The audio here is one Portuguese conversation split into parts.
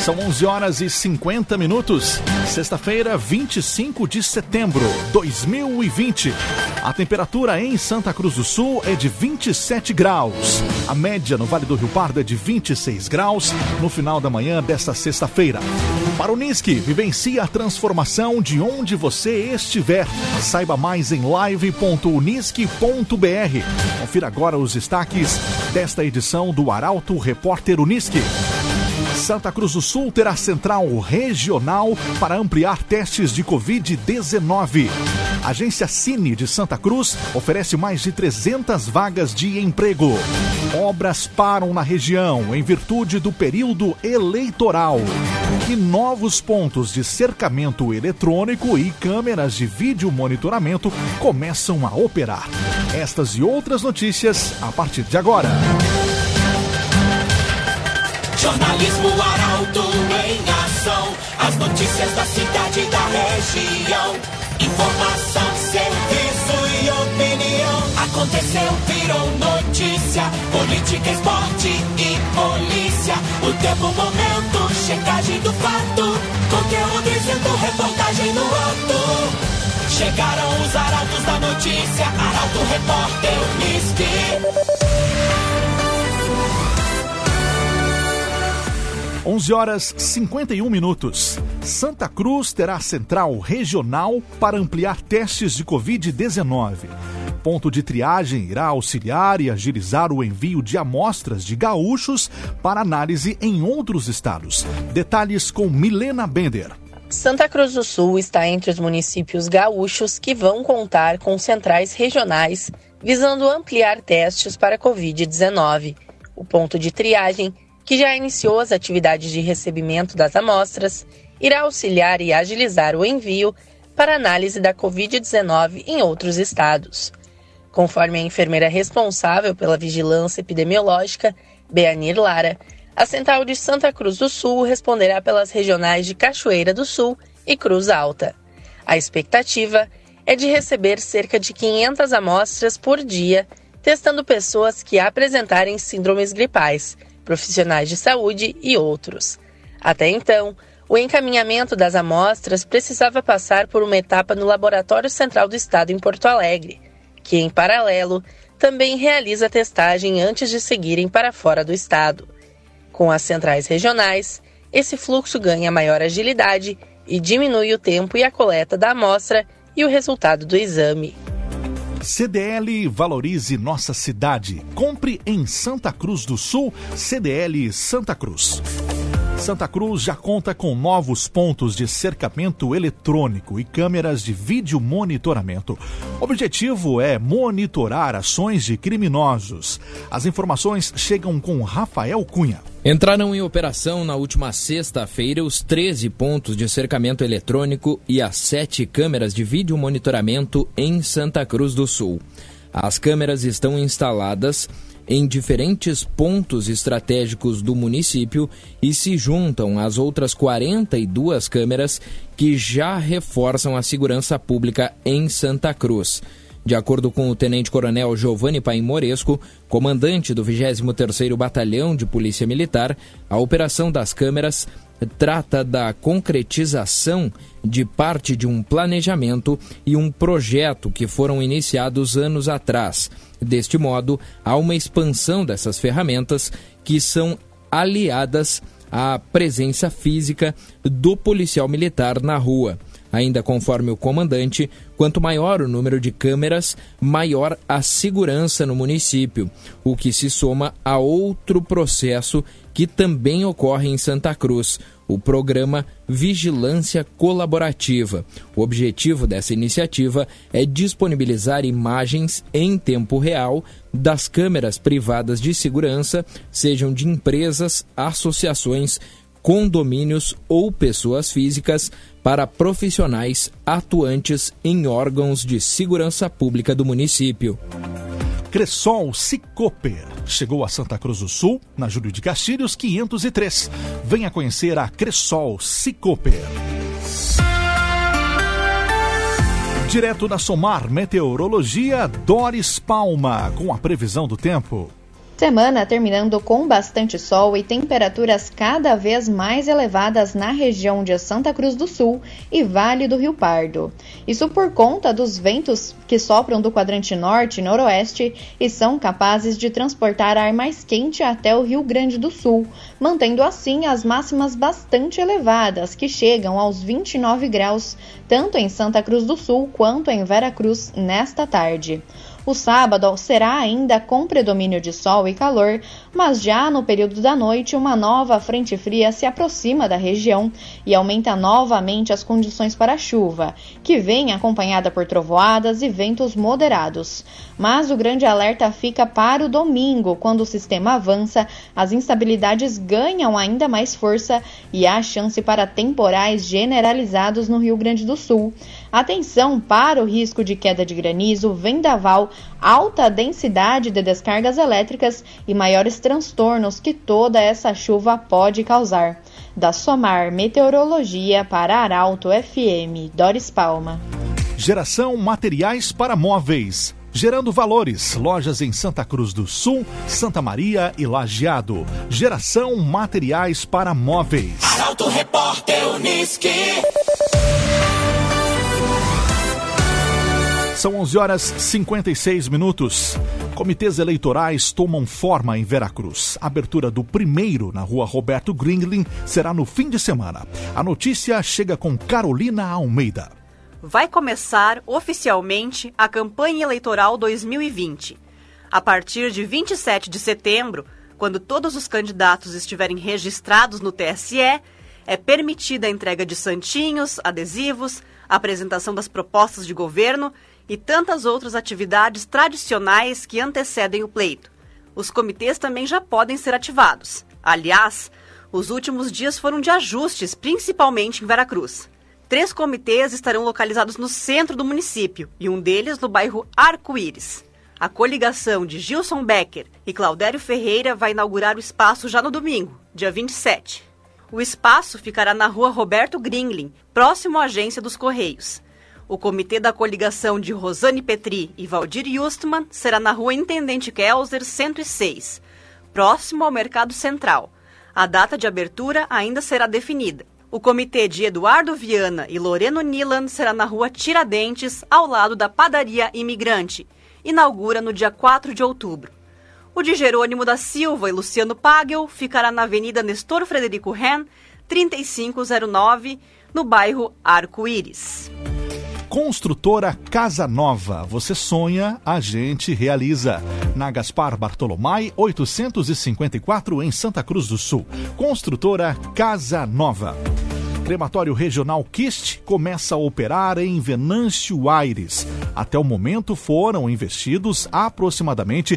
São 11h50, sexta-feira, 25 de setembro de 2020. A temperatura em Santa Cruz do Sul é de 27 graus. A média no Vale do Rio Pardo é de 26 graus no final da manhã desta sexta-feira. Para o Unisque, vivencie a transformação de onde você estiver. Saiba mais em live.unisque.br. Confira agora os destaques desta edição do Arauto Repórter Unisque. Santa Cruz do Sul terá central regional para ampliar testes de Covid-19. A agência Cine de Santa Cruz oferece mais de 300 vagas de emprego. Obras param na região em virtude do período eleitoral. E novos pontos de cercamento eletrônico e câmeras de vídeo monitoramento começam a operar. Estas e outras notícias a partir de agora. Jornalismo Arauto em ação. As notícias da cidade e da região. Informação, serviço e opinião. Aconteceu, virou notícia. Política, esporte e polícia. O tempo, momento, checagem do fato. Conteúdo dizendo, reportagem no ato. Chegaram os arautos da notícia. Arauto Repórter Unisque. 11h51. Santa Cruz terá central regional para ampliar testes de Covid-19. Ponto de triagem irá auxiliar e agilizar o envio de amostras de gaúchos para análise em outros estados. Detalhes com Milena Bender. Santa Cruz do Sul está entre os municípios gaúchos que vão contar com centrais regionais visando ampliar testes para Covid-19. O ponto de triagem, que já iniciou as atividades de recebimento das amostras, irá auxiliar e agilizar o envio para análise da Covid-19 em outros estados. Conforme a enfermeira responsável pela vigilância epidemiológica, Beanir Lara, a central de Santa Cruz do Sul responderá pelas regionais de Cachoeira do Sul e Cruz Alta. A expectativa é de receber cerca de 500 amostras por dia, testando pessoas que apresentarem síndromes gripais, profissionais de saúde e outros. Até então, o encaminhamento das amostras precisava passar por uma etapa no Laboratório Central do Estado em Porto Alegre, que, em paralelo, também realiza a testagem antes de seguirem para fora do estado. Com as centrais regionais, esse fluxo ganha maior agilidade e diminui o tempo e a coleta da amostra e o resultado do exame. CDL valorize nossa cidade. Compre em Santa Cruz do Sul, CDL Santa Cruz. Santa Cruz já conta com novos pontos de cercamento eletrônico e câmeras de vídeo monitoramento. O objetivo é monitorar ações de criminosos. As informações chegam com Rafael Cunha. Entraram em operação na última sexta-feira os 13 pontos de cercamento eletrônico e as 7 câmeras de vídeo monitoramento em Santa Cruz do Sul. As câmeras estão instaladas em diferentes pontos estratégicos do município e se juntam às outras 42 câmeras que já reforçam a segurança pública em Santa Cruz. De acordo com o tenente-coronel Giovanni Paim Moresco, comandante do 23º Batalhão de Polícia Militar, a operação das câmeras trata da concretização de parte de um planejamento e um projeto que foram iniciados anos atrás. Deste modo, há uma expansão dessas ferramentas que são aliadas à presença física do policial militar na rua. Ainda conforme o comandante, quanto maior o número de câmeras, maior a segurança no município, o que se soma a outro processo que também ocorre em Santa Cruz, o programa Vigilância Colaborativa. O objetivo dessa iniciativa é disponibilizar imagens em tempo real das câmeras privadas de segurança, sejam de empresas, associações, condomínios ou pessoas físicas, para profissionais atuantes em órgãos de segurança pública do município. Cressol Cicoper chegou a Santa Cruz do Sul, na Júlio de Castilhos 503. Venha conhecer a Cressol Cicoper. Direto da Somar Meteorologia, Doris Palma, com a previsão do tempo. Semana terminando com bastante sol e temperaturas cada vez mais elevadas na região de Santa Cruz do Sul e Vale do Rio Pardo. Isso por conta dos ventos que sopram do quadrante norte e noroeste e são capazes de transportar ar mais quente até o Rio Grande do Sul, mantendo assim as máximas bastante elevadas, que chegam aos 29 graus, tanto em Santa Cruz do Sul quanto em Veracruz nesta tarde. O sábado será ainda com predomínio de sol e calor, mas já no período da noite uma nova frente fria se aproxima da região e aumenta novamente as condições para a chuva, que vem acompanhada por trovoadas e ventos moderados. Mas o grande alerta fica para o domingo, quando o sistema avança, as instabilidades ganham ainda mais força e há chance para temporais generalizados no Rio Grande do Sul. Atenção para o risco de queda de granizo, vendaval, alta densidade de descargas elétricas e maiores transtornos que toda essa chuva pode causar. Da Somar Meteorologia para Arauto FM, Doris Palma. Geração Materiais para Móveis. Gerando valores. Lojas em Santa Cruz do Sul, Santa Maria e Lajeado. Geração Materiais para Móveis. Arauto Repórter Unisque. São 11h56. Comitês eleitorais tomam forma em Veracruz. A abertura do primeiro na rua Roberto Gringlin será no fim de semana. A notícia chega com Carolina Almeida. Vai começar oficialmente a campanha eleitoral 2020. A partir de 27 de setembro, quando todos os candidatos estiverem registrados no TSE, é permitida a entrega de santinhos, adesivos, a apresentação das propostas de governo e tantas outras atividades tradicionais que antecedem o pleito. Os comitês também já podem ser ativados. Aliás, os últimos dias foram de ajustes, principalmente em Veracruz. 3 comitês estarão localizados no centro do município e um deles no bairro Arco-Íris. A coligação de Gilson Becker e Claudério Ferreira vai inaugurar o espaço já no domingo, dia 27. O espaço ficará na rua Roberto Gringlin, próximo à agência dos Correios. O comitê da coligação de Rosane Petri e Valdir Justman será na rua Intendente Kelser 106, próximo ao Mercado Central. A data de abertura ainda será definida. O comitê de Eduardo Viana e Loreno Nilan será na rua Tiradentes, ao lado da Padaria Imigrante. Inaugura no dia 4 de outubro. O de Jerônimo da Silva e Luciano Pagel ficará na Avenida Nestor Frederico Ren, 3509, no bairro Arco-Íris. Construtora Casa Nova. Você sonha, a gente realiza. Na Gaspar Bartolomai, 854, em Santa Cruz do Sul. Construtora Casa Nova. Crematório Regional Kist começa a operar em Venâncio Aires. Até o momento foram investidos aproximadamente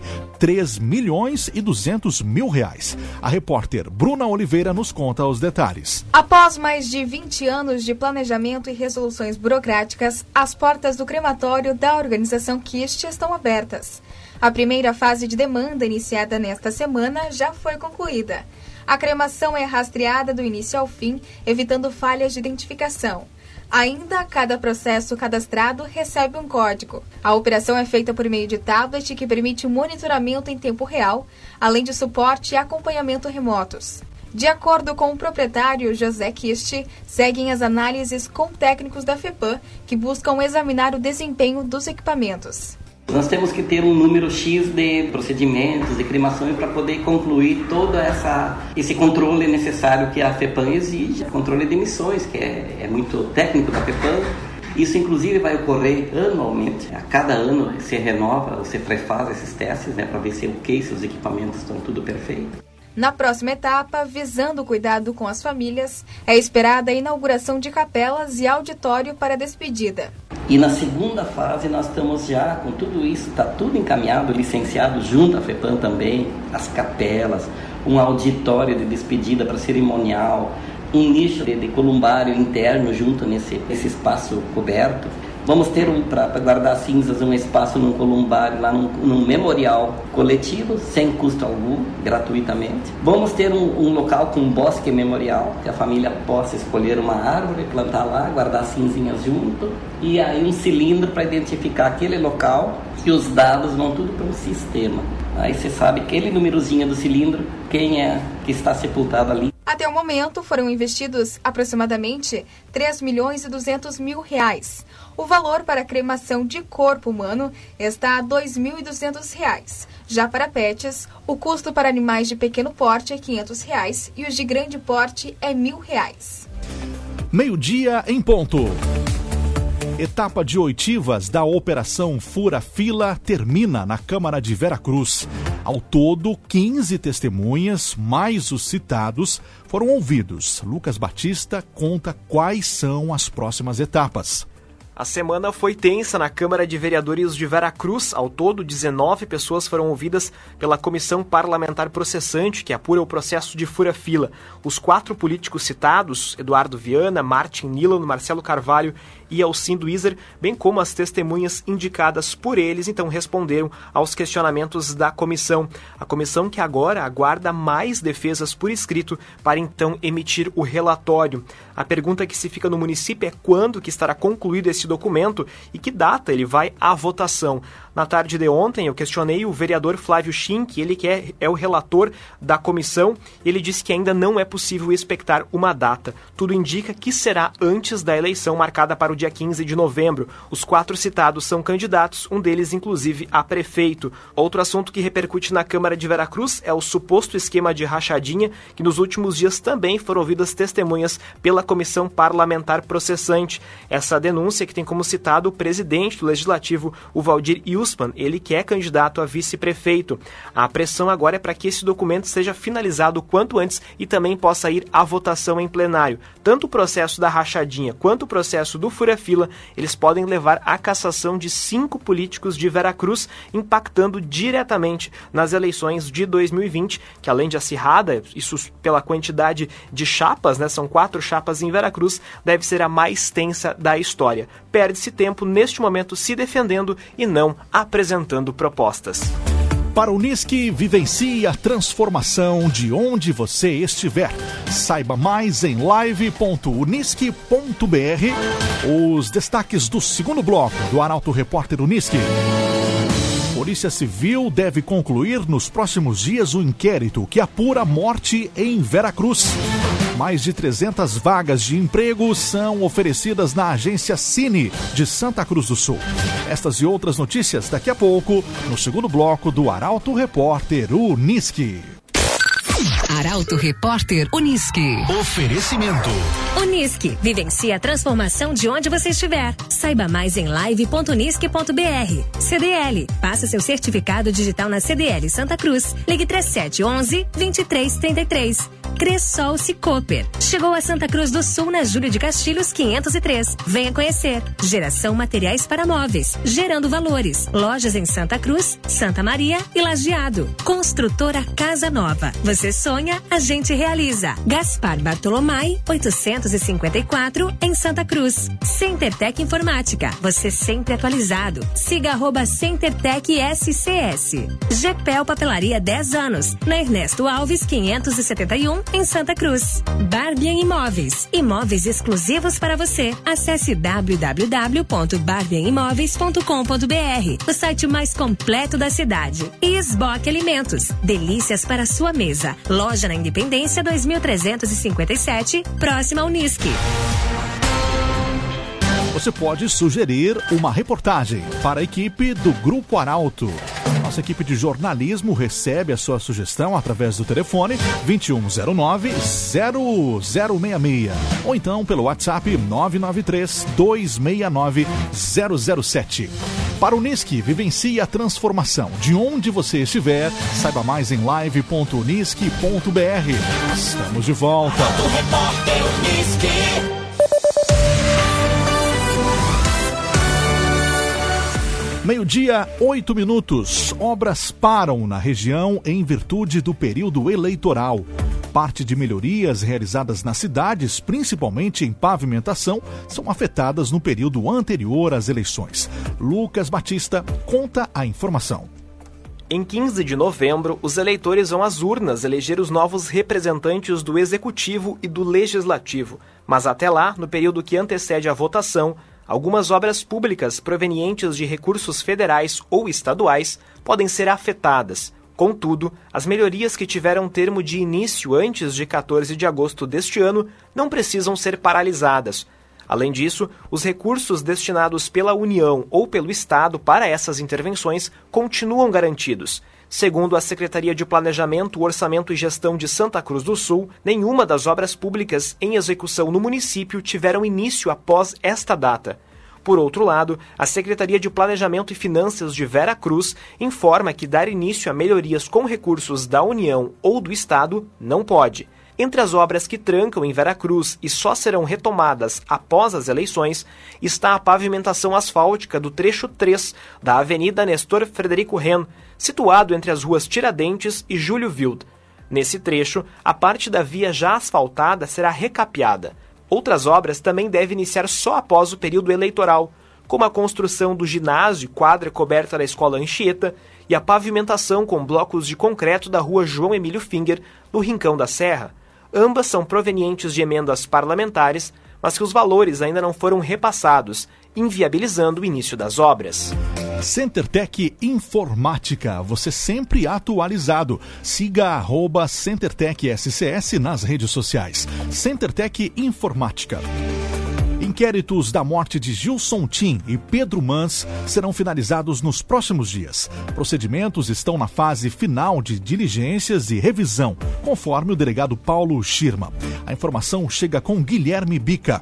R$3.200.000. A repórter Bruna Oliveira nos conta os detalhes. Após mais de 20 anos de planejamento e resoluções burocráticas, as portas do crematório da organização Kist estão abertas. A primeira fase de demanda, iniciada nesta semana, já foi concluída. A cremação é rastreada do início ao fim, evitando falhas de identificação. Ainda, cada processo cadastrado recebe um código. A operação é feita por meio de tablet, que permite monitoramento em tempo real, além de suporte e acompanhamento remotos. De acordo com o proprietário José Kist, seguem as análises com técnicos da FEPAM, que buscam examinar o desempenho dos equipamentos. Nós temos que ter um número X de procedimentos, de cremações, para poder concluir todo esse controle necessário que a FEPAM exige. Controle de emissões, que é muito técnico da FEPAM. Isso, inclusive, vai ocorrer anualmente. A cada ano se renova, você prefaz esses testes, para ver se os equipamentos estão tudo perfeito. Na próxima etapa, visando o cuidado com as famílias, é esperada a inauguração de capelas e auditório para a despedida. E na segunda fase nós estamos já com tudo isso, está tudo encaminhado, licenciado junto à FEPAM também, as capelas, um auditório de despedida para cerimonial, um nicho de columbário interno junto nesse espaço coberto. Vamos ter para guardar cinzas um espaço num columbario, lá num memorial coletivo, sem custo algum, gratuitamente. Vamos ter um local com um bosque memorial, que a família possa escolher uma árvore, plantar lá, guardar cinzinhas junto, e aí um cilindro para identificar aquele local, e os dados vão tudo para um sistema. Aí você sabe aquele númerozinho do cilindro, quem é que está sepultado ali. Até o momento, foram investidos aproximadamente R$3.200.000. O valor para a cremação de corpo humano está a R$2.200. Já para pets, o custo para animais de pequeno porte é R$500 e os de grande porte é R$1.000. Meio-dia em ponto. Etapa de oitivas da Operação Fura Fila termina na Câmara de Veracruz. Ao todo, 15 testemunhas, mais os citados, foram ouvidos. Lucas Batista conta quais são as próximas etapas. A semana foi tensa na Câmara de Vereadores de Veracruz. Ao todo, 19 pessoas foram ouvidas pela Comissão Parlamentar Processante, que apura o processo de fura-fila. Os 4 políticos citados, Eduardo Viana, Martin Nilan, Marcelo Carvalho e Alcindo Iser, bem como as testemunhas indicadas por eles, então responderam aos questionamentos da comissão. A comissão que agora aguarda mais defesas por escrito para então emitir o relatório. A pergunta que se fica no município é quando que estará concluído esse documento e que data ele vai à votação. Na tarde de ontem, eu questionei o vereador Flávio Schink, ele que é o relator da comissão, ele disse que ainda não é possível expectar uma data. Tudo indica que será antes da eleição marcada para o dia 15 de novembro. Os 4 citados são candidatos, um deles inclusive a prefeito. Outro assunto que repercute na Câmara de Veracruz é o suposto esquema de rachadinha, que nos últimos dias também foram ouvidas testemunhas pela Comissão Parlamentar Processante. Essa denúncia que tem como citado o presidente do Legislativo, o Valdir Yusman, ele que é candidato a vice-prefeito. A pressão agora é para que esse documento seja finalizado o quanto antes e também possa ir à votação em plenário. Tanto o processo da rachadinha quanto o processo do fura-fila, eles podem levar à cassação de 5 políticos de Veracruz, impactando diretamente nas eleições de 2020, que além de acirrada, isso pela quantidade de chapas, né, são 4 chapas em Veracruz, deve ser a mais tensa da história. Perde-se tempo neste momento se defendendo e não apresentando propostas. Para o Unisque, vivencie a transformação de onde você estiver. Saiba mais em live.unisque.br. Os destaques do segundo bloco do Arauto Repórter Unisque. Polícia Civil deve concluir nos próximos dias o inquérito que apura a morte em Veracruz. Mais de 300 vagas de emprego são oferecidas na agência Cine de Santa Cruz do Sul. Estas e outras notícias daqui a pouco, no segundo bloco do Arauto Repórter Unisque. Arauto Repórter Unisque. Oferecimento. Unisque. Vivencie a transformação de onde você estiver. Saiba mais em live.unisque.br. CDL. Passe seu certificado digital na CDL Santa Cruz. Ligue 3711-2333. Cressol Cicoper. Chegou a Santa Cruz do Sul na Júlio de Castilhos 503. Venha conhecer. Geração Materiais para Móveis. Gerando valores. Lojas em Santa Cruz, Santa Maria e Lajeado. Construtora Casa Nova. Você sonha, a gente realiza. Gaspar Bartolomai, 854, em Santa Cruz. CenterTech Informática. Você sempre atualizado. Siga @CenterTech SCS. GPEL Papelaria 10 anos. Na Ernesto Alves 571, em Santa Cruz. Barbian Imóveis. Imóveis exclusivos para você. Acesse www.barbianimoveis.com.br. O site mais completo da cidade. E Esboque Alimentos. Delícias para sua mesa. Loja na Independência 2357, próxima ao Unisque. Você pode sugerir uma reportagem para a equipe do Grupo Arauto. Nossa equipe de jornalismo recebe a sua sugestão através do telefone 2109-0066 ou então pelo WhatsApp 993-269-007. Para o Unisque, vivencie a transformação de onde você estiver. Saiba mais em live.unisque.br. Estamos de volta. Meio-dia, 8 minutos. Obras param na região em virtude do período eleitoral. Parte de melhorias realizadas nas cidades, principalmente em pavimentação, são afetadas no período anterior às eleições. Lucas Batista conta a informação. Em 15 de novembro, os eleitores vão às urnas eleger os novos representantes do Executivo e do Legislativo. Mas até lá, no período que antecede a votação, algumas obras públicas provenientes de recursos federais ou estaduais podem ser afetadas. Contudo, as melhorias que tiveram termo de início antes de 14 de agosto deste ano não precisam ser paralisadas. Além disso, os recursos destinados pela União ou pelo Estado para essas intervenções continuam garantidos. Segundo a Secretaria de Planejamento, Orçamento e Gestão de Santa Cruz do Sul, nenhuma das obras públicas em execução no município tiveram início após esta data. Por outro lado, a Secretaria de Planejamento e Finanças de Vera Cruz informa que dar início a melhorias com recursos da União ou do Estado não pode. Entre as obras que trancam em Vera Cruz e só serão retomadas após as eleições, está a pavimentação asfáltica do trecho 3 da Avenida Nestor Frederico Ren, situado entre as ruas Tiradentes e Júlio Wild. Nesse trecho, a parte da via já asfaltada será recapeada. Outras obras também devem iniciar só após o período eleitoral, como a construção do ginásio e quadra coberta da Escola Anchieta e a pavimentação com blocos de concreto da rua João Emílio Finger, no Rincão da Serra. Ambas são provenientes de emendas parlamentares, mas que os valores ainda não foram repassados, inviabilizando o início das obras. CenterTech Informática, você sempre atualizado. Siga @CenterTech SCS nas redes sociais. CenterTech Informática. Inquéritos da morte de Gilson Tim e Pedro Mans serão finalizados nos próximos dias. Procedimentos estão na fase final de diligências e revisão, conforme o delegado Paulo Schirma. A informação chega com Guilherme Bica.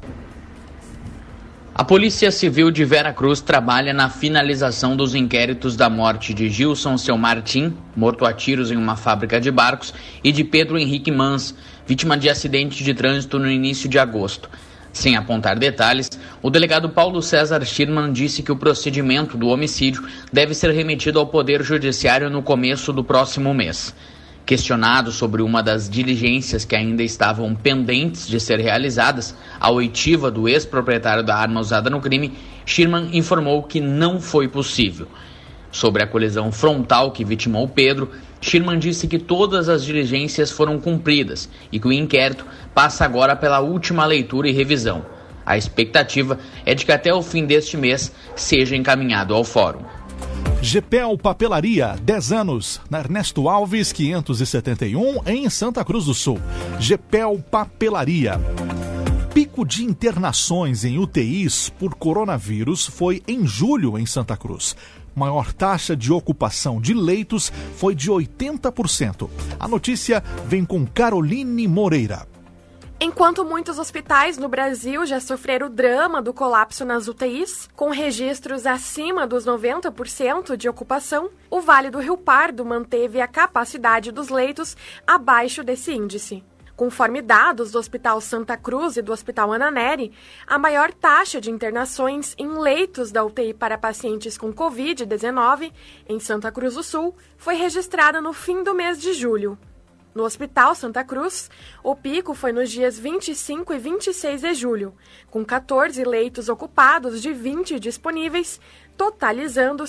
A Polícia Civil de Vera Cruz trabalha na finalização dos inquéritos da morte de Gilson Seu Martim, morto a tiros em uma fábrica de barcos, e de Pedro Henrique Mans, vítima de acidente de trânsito no início de agosto. Sem apontar detalhes, o delegado Paulo César Schirman disse que o procedimento do homicídio deve ser remetido ao Poder Judiciário no começo do próximo mês. Questionado sobre uma das diligências que ainda estavam pendentes de ser realizadas, a oitiva do ex-proprietário da arma usada no crime, Schirman informou que não foi possível. Sobre a colisão frontal que vitimou Pedro, Schirman disse que todas as diligências foram cumpridas e que o inquérito passa agora pela última leitura e revisão. A expectativa é de que até o fim deste mês seja encaminhado ao fórum. GPEL Papelaria, 10 anos, na Ernesto Alves, 571, em Santa Cruz do Sul. GPEL Papelaria. Pico de internações em UTIs por coronavírus foi em julho em Santa Cruz. Maior taxa de ocupação de leitos foi de 80%. A notícia vem com Caroline Moreira. Enquanto muitos hospitais no Brasil já sofreram o drama do colapso nas UTIs, com registros acima dos 90% de ocupação, o Vale do Rio Pardo manteve a capacidade dos leitos abaixo desse índice. Conforme dados do Hospital Santa Cruz e do Hospital Ana Nery, a maior taxa de internações em leitos da UTI para pacientes com Covid-19 em Santa Cruz do Sul foi registrada no fim do mês de julho. No Hospital Santa Cruz, o pico foi nos dias 25 e 26 de julho, com 14 leitos ocupados de 20 disponíveis, totalizando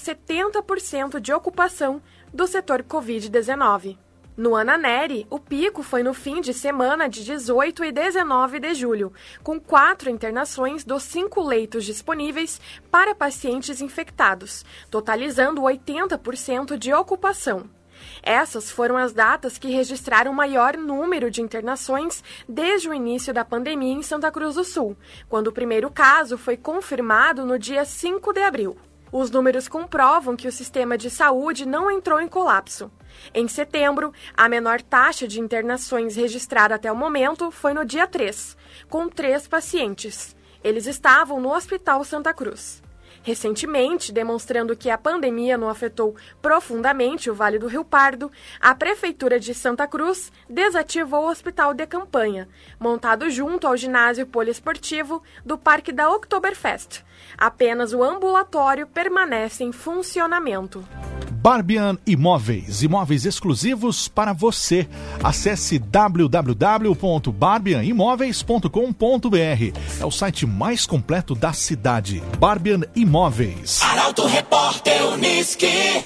70% de ocupação do setor Covid-19. No Ana Nery, o pico foi no fim de semana de 18 e 19 de julho, com 4 internações dos 5 leitos disponíveis para pacientes infectados, totalizando 80% de ocupação. Essas foram as datas que registraram o maior número de internações desde o início da pandemia em Santa Cruz do Sul, quando o primeiro caso foi confirmado no dia 5 de abril. Os números comprovam que o sistema de saúde não entrou em colapso. Em setembro, a menor taxa de internações registrada até o momento foi no dia 3, com 3 pacientes. Eles estavam no Hospital Santa Cruz. Recentemente, demonstrando que a pandemia não afetou profundamente o Vale do Rio Pardo, a Prefeitura de Santa Cruz desativou o hospital de campanha, montado junto ao ginásio poliesportivo do Parque da Oktoberfest. Apenas o ambulatório permanece em funcionamento. Barbian Imóveis, imóveis exclusivos para você. Acesse www.barbianimoveis.com.br. É o site mais completo da cidade. Barbian Imóveis. Arauto Repórter Unisque.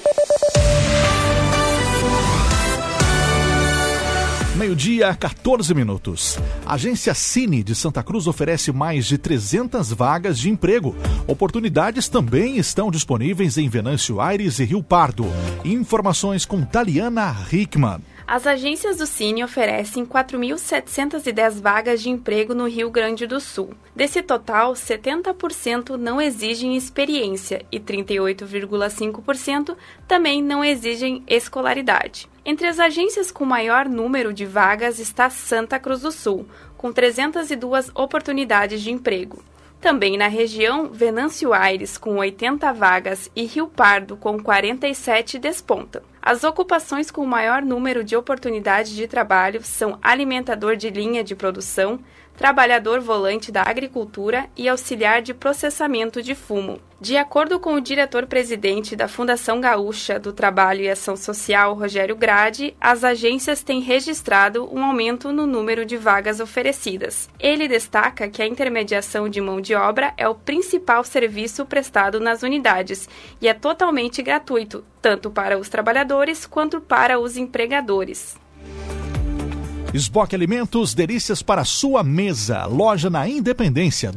Meio-dia, 14 minutos. A agência Cine de Santa Cruz oferece mais de 300 vagas de emprego. Oportunidades também estão disponíveis em Venâncio Aires e Rio Pardo. Informações com Taliana Hickman. As agências do Cine oferecem 4.710 vagas de emprego no Rio Grande do Sul. Desse total, 70% não exigem experiência e 38,5% também não exigem escolaridade. Entre as agências com maior número de vagas está Santa Cruz do Sul, com 302 oportunidades de emprego. Também na região, Venâncio Aires, com 80 vagas, e Rio Pardo, com 47, despontam. As ocupações com maior número de oportunidades de trabalho são alimentador de linha de produção, trabalhador volante da agricultura e auxiliar de processamento de fumo. De acordo com o diretor-presidente da Fundação Gaúcha do Trabalho e Ação Social, Rogério Grade, as agências têm registrado um aumento no número de vagas oferecidas. Ele destaca que a intermediação de mão de obra é o principal serviço prestado nas unidades e é totalmente gratuito, tanto para os trabalhadores quanto para os empregadores. Esboque Alimentos, delícias para sua mesa. Loja na Independência,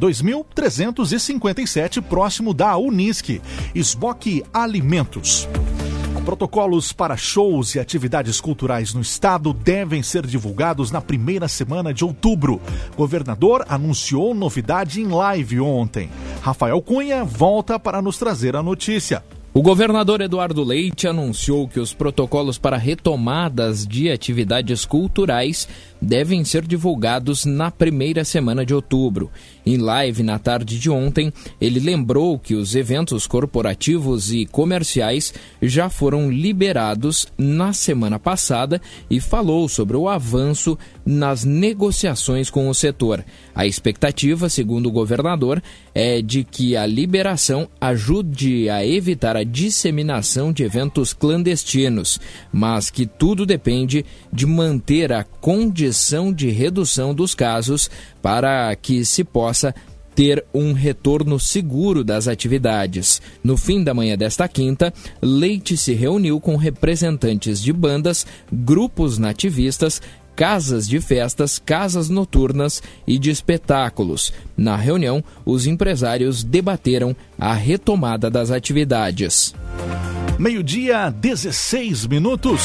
2357, próximo da Unisque. Esboque Alimentos. Protocolos para shows e atividades culturais no estado devem ser divulgados na primeira semana de outubro. Governador anunciou novidade em live ontem. Rafael Cunha volta para nos trazer a notícia. O governador Eduardo Leite anunciou que os protocolos para retomadas de atividades culturais devem ser divulgados na primeira semana de outubro. Em live na tarde de ontem, ele lembrou que os eventos corporativos e comerciais já foram liberados na semana passada e falou sobre o avanço nas negociações com o setor. A expectativa, segundo o governador, é de que a liberação ajude a evitar a disseminação de eventos clandestinos, mas que tudo depende de manter a condição de redução dos casos para que se possa ter um retorno seguro das atividades. No fim da manhã desta quinta, Leite se reuniu com representantes de bandas, grupos nativistas, casas de festas, casas noturnas e de espetáculos. Na reunião, os empresários debateram a retomada das atividades. Meio-dia, 16 minutos.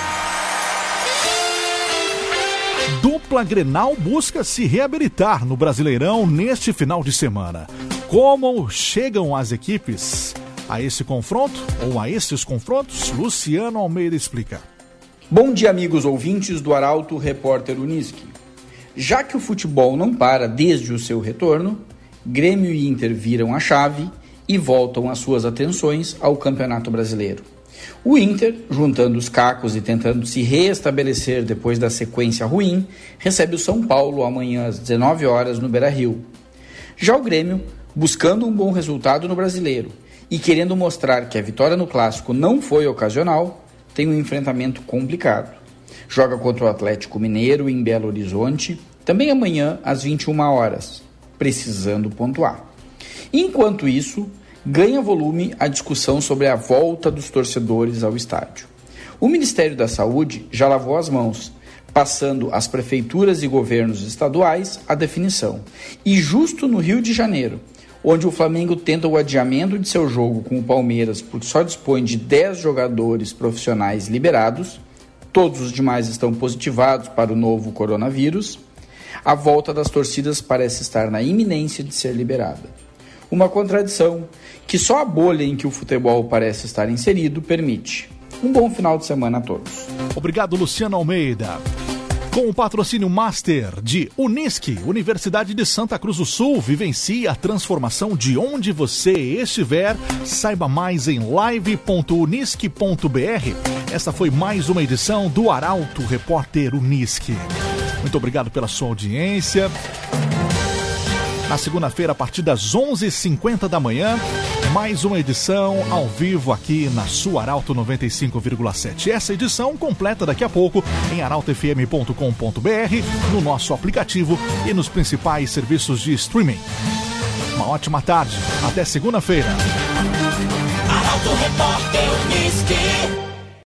Dupla Grenal busca se reabilitar no Brasileirão neste final de semana. Como chegam as equipes a esse confronto, ou a esses confrontos? Luciano Almeida explica. Bom dia, amigos ouvintes do Arauto Repórter Unisque. Já que o futebol não para desde o seu retorno, Grêmio e Inter viram a chave e voltam as suas atenções ao Campeonato Brasileiro. O Inter, juntando os cacos e tentando se reestabelecer depois da sequência ruim, recebe o São Paulo amanhã às 19 horas no Beira-Rio. Já o Grêmio, buscando um bom resultado no Brasileiro e querendo mostrar que a vitória no Clássico não foi ocasional, tem um enfrentamento complicado. Joga contra o Atlético Mineiro em Belo Horizonte, também amanhã às 21 horas, precisando pontuar. Enquanto isso, ganha volume a discussão sobre a volta dos torcedores ao estádio. O Ministério da Saúde já lavou as mãos, passando às prefeituras e governos estaduais a definição. E justo no Rio de Janeiro, onde o Flamengo tenta o adiamento de seu jogo com o Palmeiras porque só dispõe de 10 jogadores profissionais liberados, todos os demais estão positivados para o novo coronavírus, a volta das torcidas parece estar na iminência de ser liberada. Uma contradição que só a bolha em que o futebol parece estar inserido permite. Um bom final de semana a todos. Obrigado, Luciano Almeida. Com o patrocínio Master de Unisque, Universidade de Santa Cruz do Sul, vivencie a transformação de onde você estiver. Saiba mais em live.unisque.br. Essa foi mais uma edição do Arauto Repórter Unisque. Muito obrigado pela sua audiência. Na segunda-feira, a partir das 11h50 da manhã, mais uma edição ao vivo aqui na sua Arauto 95,7. Essa edição completa daqui a pouco em arautofm.com.br, no nosso aplicativo e nos principais serviços de streaming. Uma ótima tarde. Até segunda-feira. Arauto Repórter Unisque.